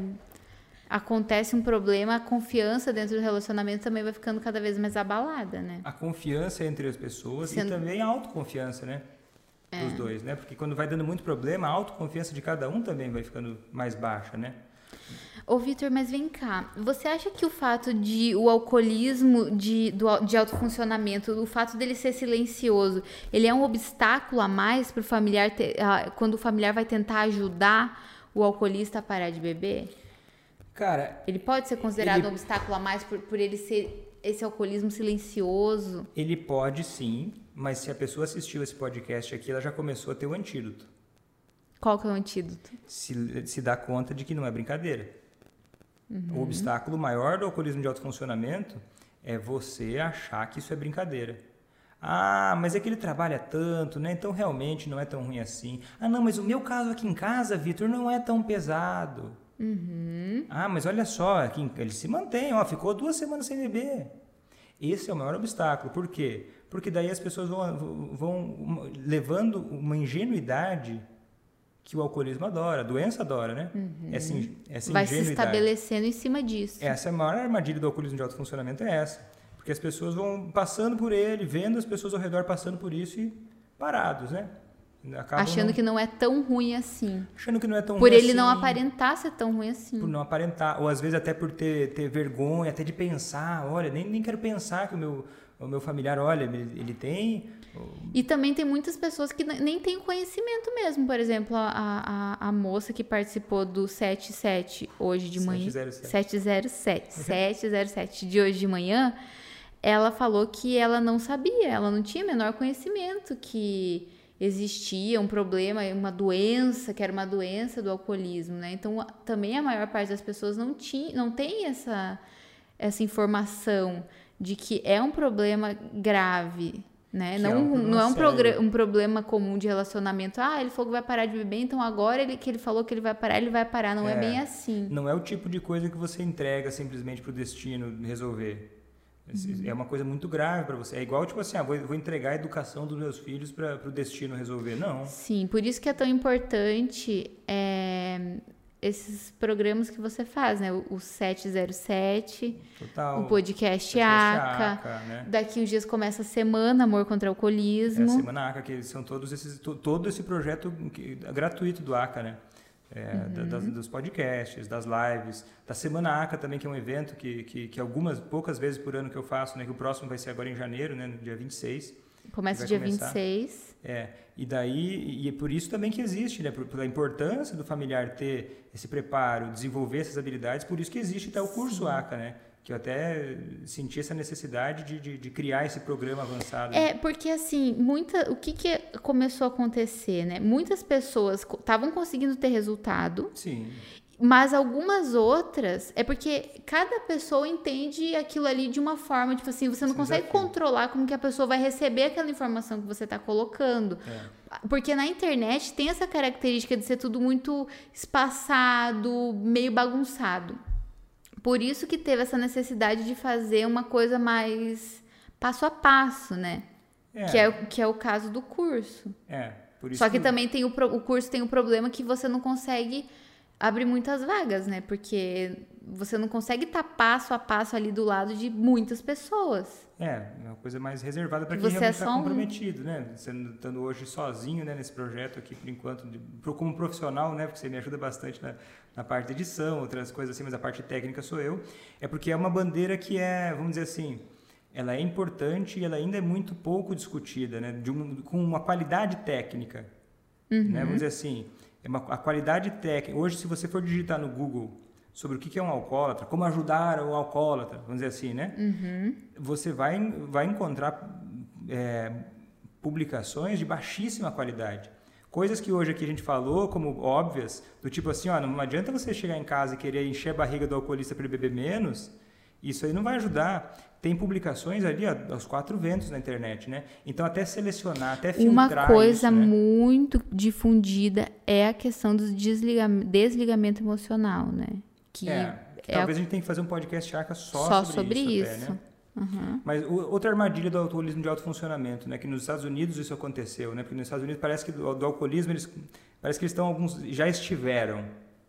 acontece um problema, a confiança dentro do relacionamento também vai ficando cada vez mais abalada, né? A confiança entre as pessoas e também a autoconfiança, né? Dos dois, né? Porque quando vai dando muito problema, a autoconfiança de cada um também vai ficando mais baixa, né? Ô, Vitor, mas vem cá. Você acha que o fato de o alcoolismo de alto funcionamento, o fato dele ser silencioso, ele é um obstáculo a mais para o familiar, quando o familiar vai tentar ajudar o alcoolista parar de beber? Cara, ele pode ser considerado um obstáculo a mais por ele ser esse alcoolismo silencioso? Ele pode sim, mas se a pessoa assistiu esse podcast aqui, ela já começou a ter o antídoto. Qual que é o antídoto? Se dá conta de que não é brincadeira. O obstáculo maior do alcoolismo de alto funcionamento é você achar que isso é brincadeira. Ah, mas é que ele trabalha tanto, né? Então realmente não é tão ruim assim. Ah, não, mas o meu caso aqui em casa, Vitor, não é tão pesado. Ah, mas olha só, aqui ele se mantém, ó, ficou 2 semanas sem beber. Esse é o maior obstáculo. Por quê? Porque daí as pessoas vão levando uma ingenuidade que o alcoolismo adora, a doença adora, né? Essa vai ingenuidade. Se estabelecendo em cima disso. Essa é a maior armadilha do alcoolismo de alto funcionamento, é essa. Porque as pessoas vão passando por ele, vendo as pessoas ao redor passando por isso e parados, né? Achando que não é tão ruim assim. Achando que não é tão ruim assim. Por ele assim, não aparentar ser tão ruim assim. Por não aparentar. Ou às vezes até por ter vergonha, até de pensar, olha, nem quero pensar que o meu familiar, olha, ele tem... E também tem muitas pessoas que nem têm conhecimento mesmo. Por exemplo, a moça que participou do 77 hoje de manhã. 707 de hoje de manhã, ela falou que ela não sabia, ela não tinha o menor conhecimento que existia um problema, uma doença, que era uma doença do alcoolismo, né? Então, também a maior parte das pessoas não tem essa informação de que é um problema grave, né? Não é um problema comum de relacionamento. Ah, ele falou que vai parar de beber, então agora que ele falou que ele vai parar. Não é bem assim. Não é o tipo de coisa que você entrega simplesmente para o destino resolver. É uma coisa muito grave para você. É igual, tipo assim, vou entregar a educação dos meus filhos para o destino resolver. Não. Sim, por isso que é tão importante esses programas que você faz, né? O 707, Total. O podcast ACA. Né? Daqui uns dias começa a semana Amor contra o Alcoolismo. A Semana ACA, que são todo esse projeto gratuito do ACA, né? Dos podcasts, das lives, da Semana ACA também, que é um evento que poucas vezes por ano que eu faço, né? Que o próximo vai ser agora em janeiro, né? No dia 26. Começa dia 26. E é por isso também que existe, né? Pela importância do familiar ter esse preparo, desenvolver essas habilidades, por isso que existe até o curso ACA, né? Que eu até senti essa necessidade de criar esse programa avançado. Porque assim, o que começou a acontecer, né? Muitas pessoas estavam conseguindo ter resultado. Sim. Mas algumas outras, é porque cada pessoa entende aquilo ali de uma forma, tipo assim, você não consegue controlar como que a pessoa vai receber aquela informação que você está colocando. Porque na internet tem essa característica de ser tudo muito espaçado, meio bagunçado. Por isso que teve essa necessidade de fazer uma coisa mais passo a passo, né? Que é o caso do curso. Por isso Só que também o curso tem o problema que você não consegue abrir muitas vagas, né? Porque você não consegue estar passo a passo ali do lado de muitas pessoas. É uma coisa mais reservada para quem realmente está comprometido, né? Você estando hoje sozinho, né, nesse projeto aqui, por enquanto, como profissional, né? Porque você me ajuda bastante na parte de edição, outras coisas assim, mas a parte técnica sou eu. É porque é uma bandeira que vamos dizer assim, ela é importante e ela ainda é muito pouco discutida, né? Com uma qualidade técnica, né? Vamos dizer assim, a qualidade técnica. Hoje, se você for digitar no Google sobre o que é um alcoólatra, como ajudar o alcoólatra, vamos dizer assim, né? Você vai encontrar publicações de baixíssima qualidade. Coisas que hoje aqui a gente falou como óbvias, do tipo assim, não adianta você chegar em casa e querer encher a barriga do alcoolista para ele beber menos, isso aí não vai ajudar. Tem publicações ali aos 4 ventos na internet, né? Então, até selecionar, até filtrar uma coisa isso, né? muito difundida é a questão do desligamento emocional, né? Talvez a gente tenha que fazer um podcast ACA só sobre isso. Até, né? Mas outra armadilha do alcoolismo de alto funcionamento, né? Que nos Estados Unidos isso aconteceu, né? Porque nos Estados Unidos parece que do alcoolismo parece que eles já estiveram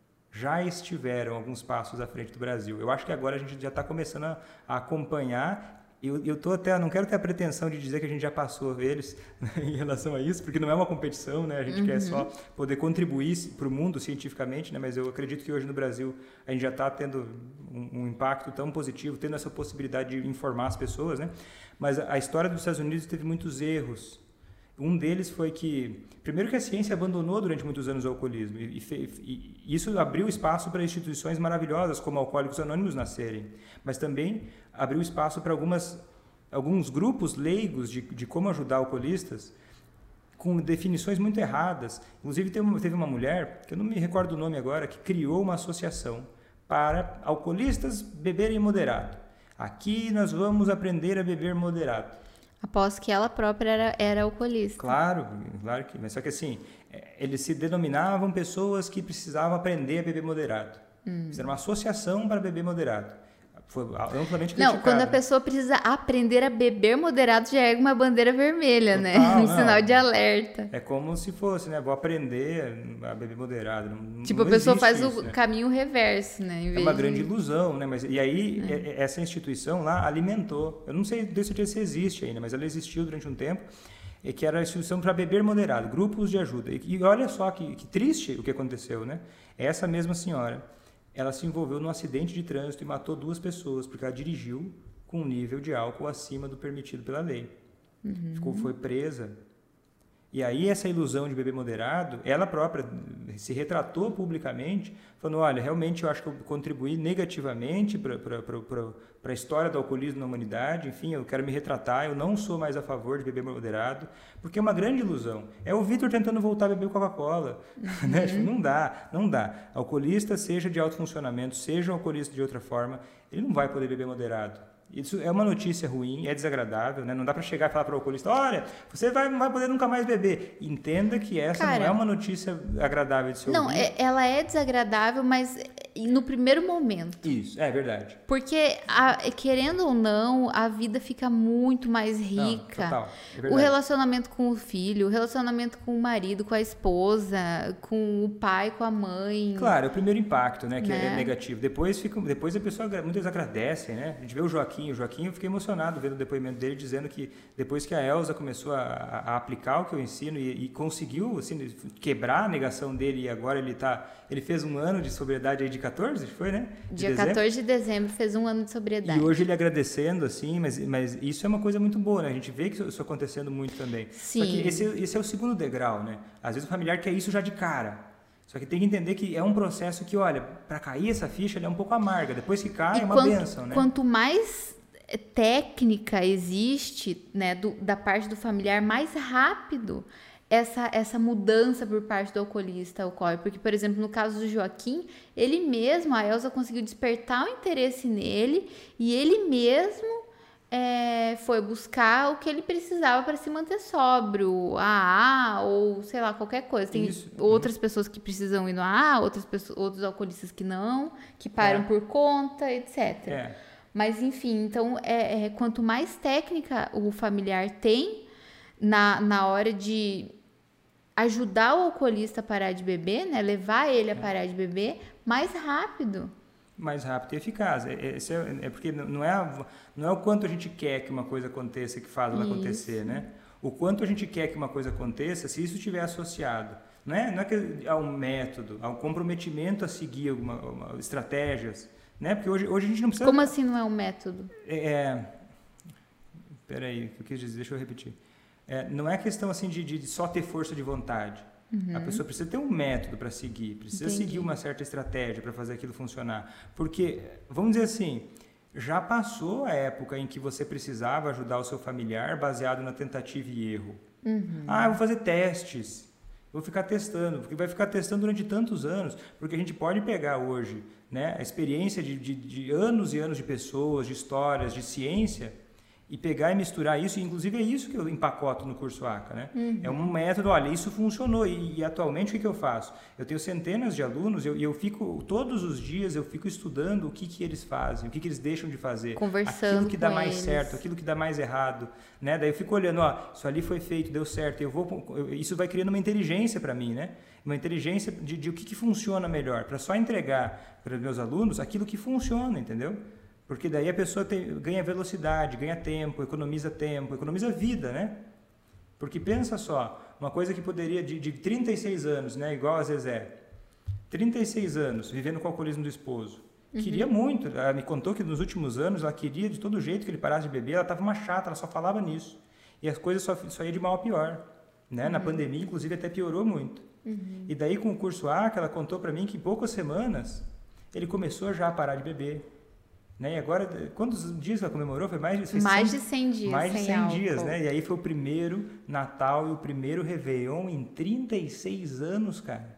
alguns passos à frente do Brasil. Eu acho que agora a gente já está começando a acompanhar. Eu não quero ter a pretensão de dizer que a gente já passou eles, né, em relação a isso, porque não é uma competição, né? A gente quer só poder contribuir para o mundo cientificamente, né? Mas eu acredito que hoje no Brasil a gente já está tendo um impacto tão positivo, tendo essa possibilidade de informar as pessoas, né? Mas a história dos Estados Unidos teve muitos erros. Um deles foi que, primeiro que a ciência abandonou durante muitos anos o alcoolismo e isso abriu espaço para instituições maravilhosas como Alcoólicos Anônimos nascerem, mas também abriu espaço para alguns grupos leigos de como ajudar alcoolistas com definições muito erradas. Inclusive teve uma mulher, que eu não me recordo o nome agora, que criou uma associação para alcoolistas beberem moderado. Aqui nós vamos aprender a beber moderado. Aposto que ela própria era alcoolista. Claro que, mas só que assim, eles se denominavam pessoas que precisavam aprender a beber moderado. Fizeram uma associação para beber moderado. Foi amplamente criticado. Não, quando a pessoa precisa aprender a beber moderado, já é uma bandeira vermelha, Total, né? Um sinal de alerta. É como se fosse, né? Vou aprender a beber moderado. Tipo, a pessoa faz o caminho reverso, né? É uma grande ilusão, né? Mas, e aí, essa instituição lá alimentou. Eu não sei se existe ainda, mas ela existiu durante um tempo. Que era a instituição para beber moderado, grupos de ajuda. E olha só que triste o que aconteceu, né? Essa mesma senhora, ela se envolveu num acidente de trânsito e matou 2 pessoas, porque ela dirigiu com um nível de álcool acima do permitido pela lei. Foi presa. E aí essa ilusão de beber moderado, ela própria se retratou publicamente, falando, olha, realmente eu acho que eu contribuí negativamente para a história do alcoolismo na humanidade, enfim, eu quero me retratar, eu não sou mais a favor de beber moderado, porque é uma grande ilusão. É o Vitor tentando voltar a beber Coca-Cola. Né? Tipo, não dá. Alcoolista, seja de alto funcionamento, seja um alcoolista de outra forma, ele não vai poder beber moderado. Isso é uma notícia ruim, é desagradável, né? Não dá para chegar e falar para o alcoolista, olha, você não vai poder nunca mais beber. Entenda que essa não é uma notícia agradável de se ouvir. Não, ela é desagradável, mas no primeiro momento. Isso, é verdade. Porque, querendo ou não, a vida fica muito mais rica. Não, total, é verdade. O relacionamento com o filho, o relacionamento com o marido, com a esposa, com o pai, com a mãe. Claro, é o primeiro impacto, né, que é negativo. Depois a pessoa, muitas agradecem, né? A gente vê o Joaquim, eu fiquei emocionado vendo o depoimento dele, dizendo que depois que a Elza começou a aplicar o que eu ensino e conseguiu assim, quebrar a negação dele, e agora ele fez 1 ano de sobriedade aí de 14, foi, né? Dia 14 de dezembro fez 1 ano de sobriedade. E hoje ele agradecendo, assim, mas isso é uma coisa muito boa, né? A gente vê que isso acontecendo muito também. Sim. Só que esse é o segundo degrau, né? Às vezes o familiar quer isso já de cara. Só que tem que entender que é um processo que, olha, para cair essa ficha, ela é um pouco amarga. Depois que cai, é uma bênção, né? Quanto mais técnica existe, né, da parte do familiar, mais rápido essa mudança por parte do alcoolista ocorre. Porque, por exemplo, no caso do Joaquim, ele mesmo, a Elza conseguiu despertar o interesse nele e ele mesmo foi buscar o que ele precisava para se manter sóbrio, AA ou sei lá, qualquer coisa. Tem outras pessoas que precisam ir no AA, outros alcoolistas que não, que param por conta, etc. Mas, enfim, então, quanto mais técnica o familiar tem na hora de ajudar o alcoolista a parar de beber, né, levar ele a parar de beber, mais rápido. Mais rápido e eficaz. É porque não é o quanto a gente quer que uma coisa aconteça que faz ela acontecer, né? O quanto a gente quer que uma coisa aconteça, se isso estiver associado, não é que a um método, a um comprometimento a seguir estratégias, né? Porque hoje a gente não precisa... Como assim não é um método? Peraí, o que eu quis dizer? Deixa eu repetir. Não é questão assim de só ter força de vontade. A pessoa precisa ter um método para seguir, precisa seguir uma certa estratégia para fazer aquilo funcionar. Porque, vamos dizer assim, já passou a época em que você precisava ajudar o seu familiar baseado na tentativa e erro. Eu vou fazer testes, vou ficar testando, porque vai ficar testando durante tantos anos, porque a gente pode pegar hoje, né, a experiência de anos e anos de pessoas, de histórias, de ciência, e pegar e misturar isso, e inclusive é isso que eu empacoto no curso ACA, né? É um método, olha, isso funcionou, e atualmente o que eu faço? Eu tenho centenas de alunos, e eu fico, todos os dias, eu fico estudando o que eles fazem, o que eles deixam de fazer. Conversando aquilo que dá com mais eles. certo, aquilo que dá mais errado, né? Daí eu fico olhando, isso ali foi feito, deu certo, isso vai criando uma inteligência para mim, né? Uma inteligência de o que funciona melhor, para só entregar para os meus alunos aquilo que funciona, entendeu? Porque daí a pessoa ganha velocidade, ganha tempo, economiza vida, né? Porque pensa só, uma coisa que poderia, de 36 anos, né, igual a Zezé, 36 anos, vivendo com o alcoolismo do esposo, queria muito, ela me contou que nos últimos anos ela queria de todo jeito que ele parasse de beber, ela estava uma chata, ela só falava nisso. E as coisas só ia de mal a pior. né? Na pandemia, inclusive, até piorou muito. E daí, com o curso ACA, ela contou para mim que em poucas semanas ele começou já a parar de beber. Né? E agora, quantos dias ela comemorou? Foi mais de 100 dias. Mais de 100 sem dias, álcool. né? E aí foi o primeiro Natal e o primeiro Réveillon em 36 anos, cara.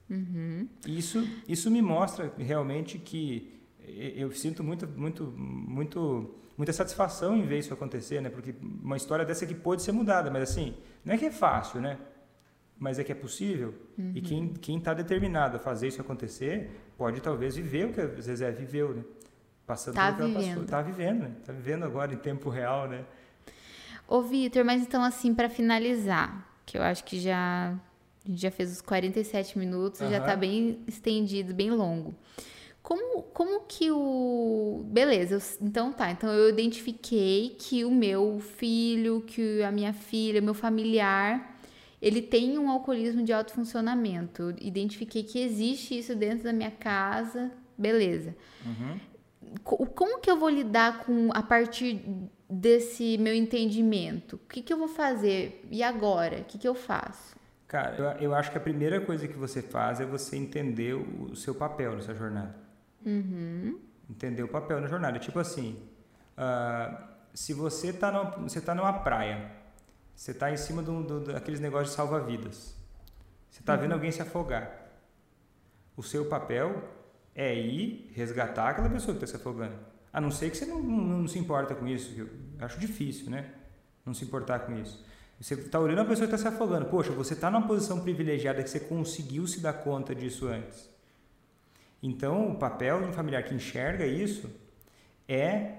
Isso me mostra realmente que eu sinto muita satisfação em ver isso acontecer, né? Porque uma história dessa aqui pode ser mudada, mas assim, não é que é fácil, né? Mas é que é possível. E quem está determinado a fazer isso acontecer pode talvez viver o que a Zezé viveu, né? Passando pelo que ela passou. Tá vivendo, né? Tá vivendo agora em tempo real, né? Ô, Vitor, mas então assim, para finalizar, que eu acho que a gente já fez os 47 minutos, já tá bem estendido, bem longo. Como que o... Beleza, então eu identifiquei que o meu filho, que a minha filha, meu familiar, ele tem um alcoolismo de alto funcionamento. Eu identifiquei que existe isso dentro da minha casa, beleza. Como que eu vou lidar a partir desse meu entendimento? O que eu vou fazer? E agora? O que eu faço? Cara, eu acho que a primeira coisa que você faz é você entender o seu papel nessa jornada. Entender o papel na jornada. Tipo assim, se você tá numa praia, você tá em cima daqueles negócios de salva-vidas, você tá vendo alguém se afogar, o seu papel é ir resgatar aquela pessoa que está se afogando. A não ser que você não se importa com isso. Eu acho difícil, né? Não se importar com isso. Você está olhando a pessoa que está se afogando. Poxa, você está numa posição privilegiada que você conseguiu se dar conta disso antes. Então, o papel de um familiar que enxerga isso é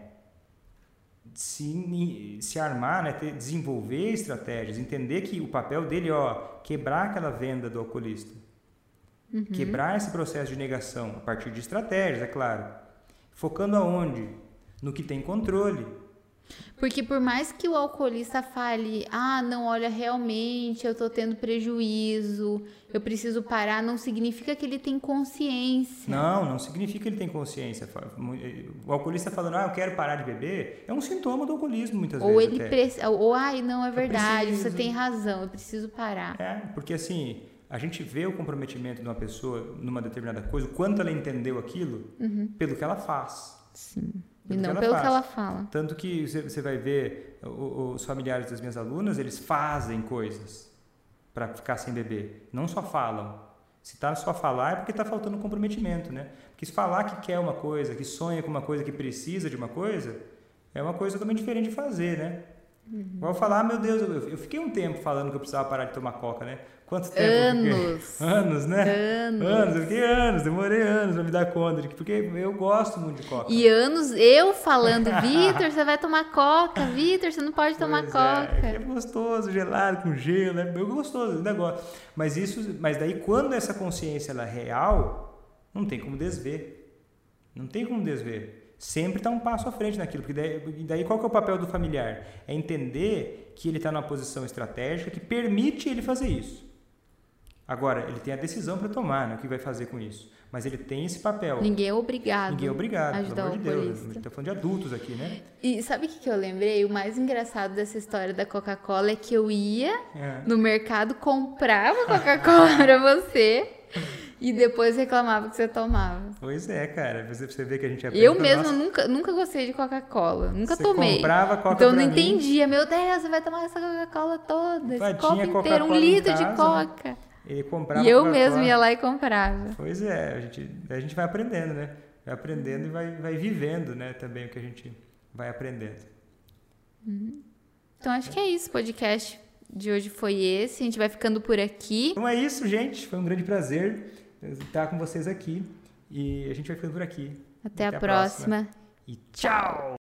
se armar, né? Desenvolver estratégias, entender que o papel dele é quebrar aquela venda do alcoolista. Quebrar esse processo de negação a partir de estratégias, é claro. Focando aonde? No que tem controle. Porque por mais que o alcoolista fale, não, olha, realmente eu tô tendo prejuízo, eu preciso parar, não significa que ele tem consciência. Não significa que ele tem consciência. O alcoolista falando, eu quero parar de beber, é um sintoma do alcoolismo, muitas vezes. Não, é verdade, você tem razão, eu preciso parar. Porque assim... A gente vê o comprometimento de uma pessoa numa determinada coisa, o quanto ela entendeu aquilo, pelo que ela faz. Sim. E não pelo que ela fala. Tanto que você vai ver os familiares das minhas alunas, eles fazem coisas para ficar sem beber. Não só falam. Se está só falar é porque está faltando comprometimento, né? Porque se falar que quer uma coisa, que sonha com uma coisa, que precisa de uma coisa, é uma coisa totalmente diferente de fazer, né? Vou falar, meu Deus, eu fiquei um tempo falando que eu precisava parar de tomar coca, né? Quanto tempo? Anos, né? Anos, eu fiquei demorei anos pra me dar conta, porque eu gosto muito de coca. E anos eu falando, Vitor, você vai tomar coca, Vitor, você não pode tomar coca. É gostoso, gelado, com gelo, é gostoso o negócio. Mas daí quando essa consciência ela é real, não tem como desver. Não tem como desver. Sempre está um passo à frente naquilo, porque daí qual que é o papel do familiar? É entender que ele está numa posição estratégica que permite ele fazer isso. Agora, ele tem a decisão para tomar, né, o que vai fazer com isso. Mas ele tem esse papel. Ninguém é obrigado a ajudar pelo amor de Deus. A gente está falando de adultos aqui, né? E sabe o que eu lembrei? O mais engraçado dessa história da Coca-Cola é que eu ia no mercado, comprava Coca-Cola para você... E depois reclamava que você tomava. Pois é, cara. Você vê que a gente aprende. Eu mesma nunca gostei de Coca-Cola. Nunca tomei. Você comprava Coca-Cola. Então eu não entendia. Meu Deus, você vai tomar essa Coca-Cola toda. Esse copo inteiro, 1 litro de Coca. Né? Ele comprava e eu mesma ia lá e comprava. Pois é. A gente vai aprendendo, né? Vai aprendendo e vai vivendo, né? Também o que a gente vai aprendendo. Então acho que é isso. O podcast de hoje foi esse. A gente vai ficando por aqui. Então é isso, gente. Foi um grande prazer estar com vocês aqui e a gente vai ficando por aqui. Até a próxima. E tchau!